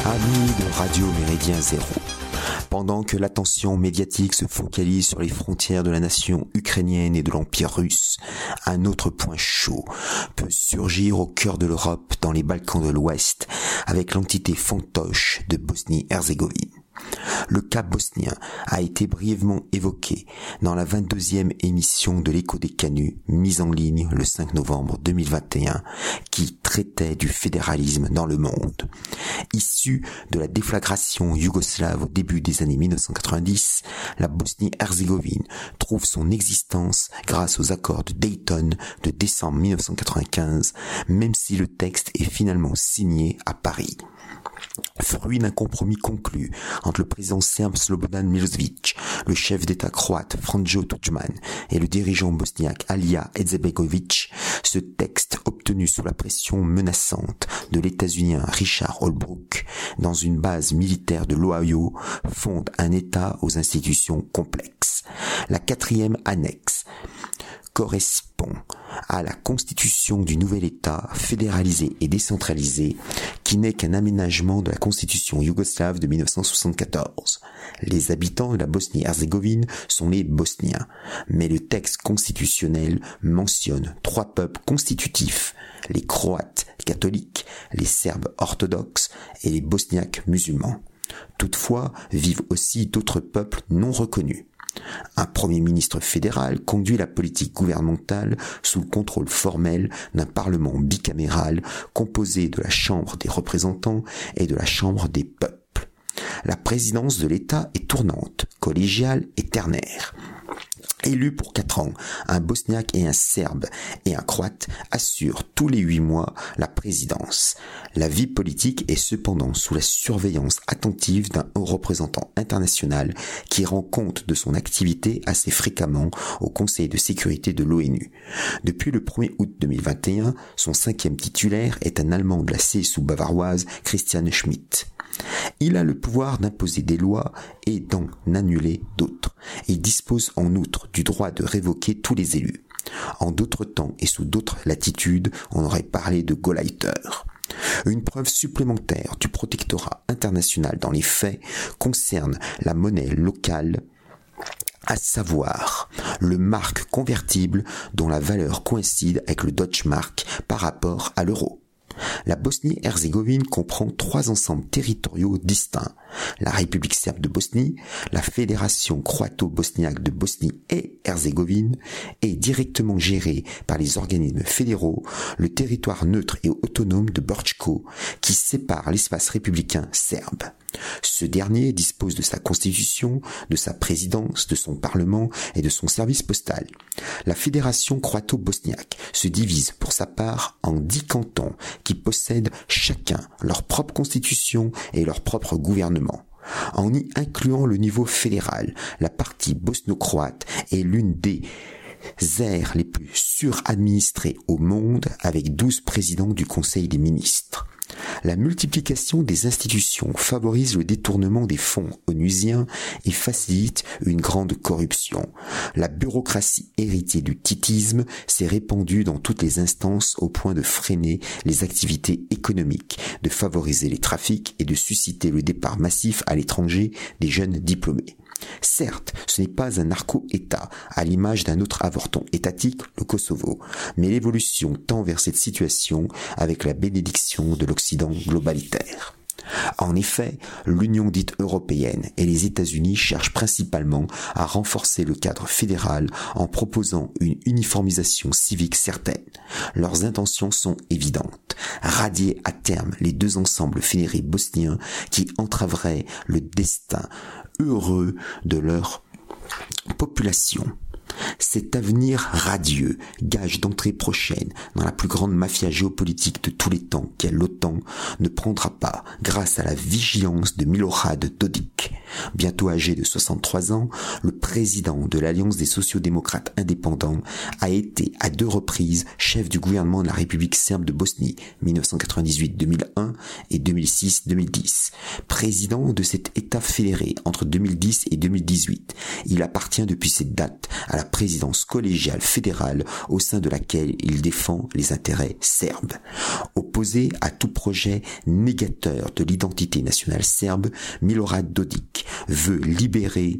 Amis de Radio Méridien Zéro, pendant que l'attention médiatique se focalise sur les frontières de la nation ukrainienne et de l'Empire russe, un autre point chaud peut surgir au cœur de l'Europe dans les Balkans de l'Ouest avec l'entité fantoche de Bosnie-Herzégovine. Le cas bosnien a été brièvement évoqué dans la 22e émission de l'Écho des Canuts, mise en ligne le 5 novembre 2021, qui traitait du fédéralisme dans le monde. Issue de la déflagration yougoslave au début des années 1990, la Bosnie-Herzégovine trouve son existence grâce aux accords de Dayton de décembre 1995, même si le texte est finalement signé à Paris. Fruit d'un compromis conclu entre le président serbe Slobodan Milosevic, le chef d'État croate Franjo Tudjman et le dirigeant bosniaque Alija Izetbegović, ce texte obtenu sous la pression menaçante de l'États-Unien Richard Holbrooke dans une base militaire de l'Ohio fonde un État aux institutions complexes. La 4e annexe correspond à la constitution du nouvel État fédéralisé et décentralisé qui n'est qu'un aménagement de la constitution yougoslave de 1974. Les habitants de la Bosnie-Herzégovine sont les Bosniens, mais le texte constitutionnel mentionne 3 peuples constitutifs, les Croates catholiques, les Serbes orthodoxes et les Bosniaques musulmans. Toutefois, vivent aussi d'autres peuples non reconnus. Un Premier ministre fédéral conduit la politique gouvernementale sous le contrôle formel d'un parlement bicaméral composé de la Chambre des représentants et de la Chambre des peuples. La présidence de l'État est tournante, collégiale et ternaire. Élus pour 4 ans, un Bosniaque et un Serbe et un Croate assurent tous les 8 mois la présidence. La vie politique est cependant sous la surveillance attentive d'un haut représentant international qui rend compte de son activité assez fréquemment au Conseil de sécurité de l'ONU. Depuis le 1er août 2021, son 5e titulaire est un Allemand de la CSU bavaroise, Christian Schmidt. Il a le pouvoir d'imposer des lois et d'en annuler d'autres. Il dispose en outre du droit de révoquer tous les élus. En d'autres temps et sous d'autres latitudes, on aurait parlé de Gauleiter. Une preuve supplémentaire du protectorat international dans les faits concerne la monnaie locale, à savoir le mark convertible dont la valeur coïncide avec le Deutsche Mark par rapport à l'euro. La Bosnie-Herzégovine comprend 3 ensembles territoriaux distincts. La République serbe de Bosnie, la Fédération croato-bosniaque de Bosnie et Herzégovine est directement gérée par les organismes fédéraux, le territoire neutre et autonome de Brčko qui sépare l'espace républicain serbe. Ce dernier dispose de sa constitution, de sa présidence, de son parlement et de son service postal. La Fédération croato-bosniaque se divise pour sa part en 10 cantons qui possèdent chacun leur propre constitution et leur propre gouvernement. En y incluant le niveau fédéral, la partie bosno-croate est l'une des aires les plus suradministrées au monde avec 12 présidents du Conseil des ministres. La multiplication des institutions favorise le détournement des fonds onusiens et facilite une grande corruption. La bureaucratie héritée du titisme s'est répandue dans toutes les instances au point de freiner les activités économiques, de favoriser les trafics et de susciter le départ massif à l'étranger des jeunes diplômés. Certes, ce n'est pas un narco-État, à l'image d'un autre avorton étatique, le Kosovo, mais l'évolution tend vers cette situation avec la bénédiction de l'Occident globalitaire. En effet, l'Union dite européenne et les États-Unis cherchent principalement à renforcer le cadre fédéral en proposant une uniformisation civique certaine. Leurs intentions sont évidentes: radier à terme les 2 ensembles fédérés bosniens qui entraveraient le destin heureux de leur population. Cet avenir radieux, gage d'entrée prochaine dans la plus grande mafia géopolitique de tous les temps qu'est l'OTAN, ne prendra pas grâce à la vigilance de Milorad Dodik. Bientôt âgé de 63 ans, le président de l'Alliance des sociaux-démocrates indépendants a été à 2 reprises chef du gouvernement de la République serbe de Bosnie, 1998-2001 et 2006-2010. Président de cet État fédéré entre 2010 et 2018, il appartient depuis cette date à la présidence collégiale fédérale au sein de laquelle il défend les intérêts serbes. Opposé à tout projet négateur de l'identité nationale serbe, Milorad Dodik veut libérer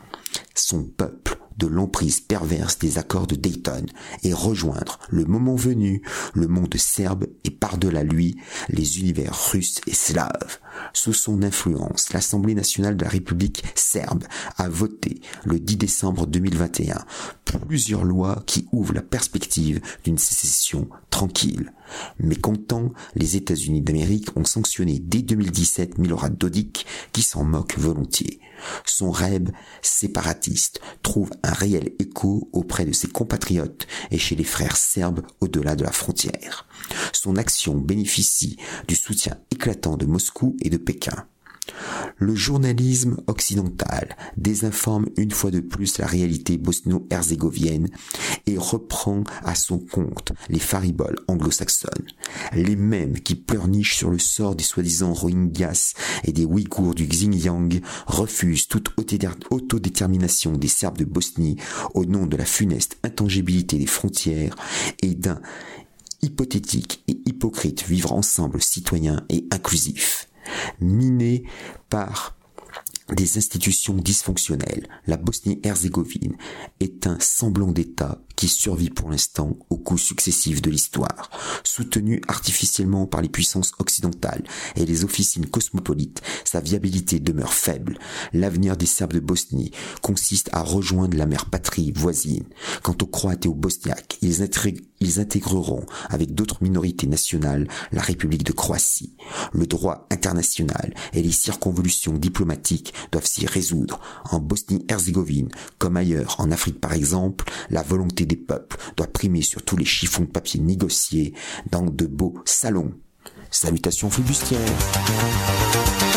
son peuple de l'emprise perverse des accords de Dayton et rejoindre, le moment venu, le monde serbe et par-delà lui, les univers russes et slaves. Sous son influence, l'Assemblée nationale de la République serbe a voté le 10 décembre 2021 plusieurs lois qui ouvrent la perspective d'une sécession tranquille. Mécontents, les États-Unis d'Amérique ont sanctionné dès 2017 Milorad Dodik qui s'en moque volontiers. Son rêve séparatiste trouve un réel écho auprès de ses compatriotes et chez les frères serbes au-delà de la frontière. Son action bénéficie du soutien éclatant de Moscou et de Pékin. Le journalisme occidental désinforme une fois de plus la réalité bosno-herzégovienne et reprend à son compte les fariboles anglo-saxonnes, les mêmes qui pleurnichent sur le sort des soi-disant Rohingyas et des Ouïghours du Xinjiang refusent toute autodétermination des Serbes de Bosnie au nom de la funeste intangibilité des frontières et d'un hypothétique et hypocrite vivre ensemble citoyen et inclusif. Minée par des institutions dysfonctionnelles, la Bosnie-Herzégovine est un semblant d'État qui survit pour l'instant aux coups successifs de l'histoire. Soutenu artificiellement par les puissances occidentales et les officines cosmopolites, sa viabilité demeure faible. L'avenir des Serbes de Bosnie consiste à rejoindre la mère patrie voisine. Quant aux Croates et aux Bosniaques, ils intégreront avec d'autres minorités nationales la République de Croatie. Le droit international et les circonvolutions diplomatiques doivent s'y résoudre. En Bosnie-Herzégovine, comme ailleurs en Afrique par exemple, la volonté des peuples doit primer sur tous les chiffons de papier négociés dans de beaux salons. Salutations flibustières.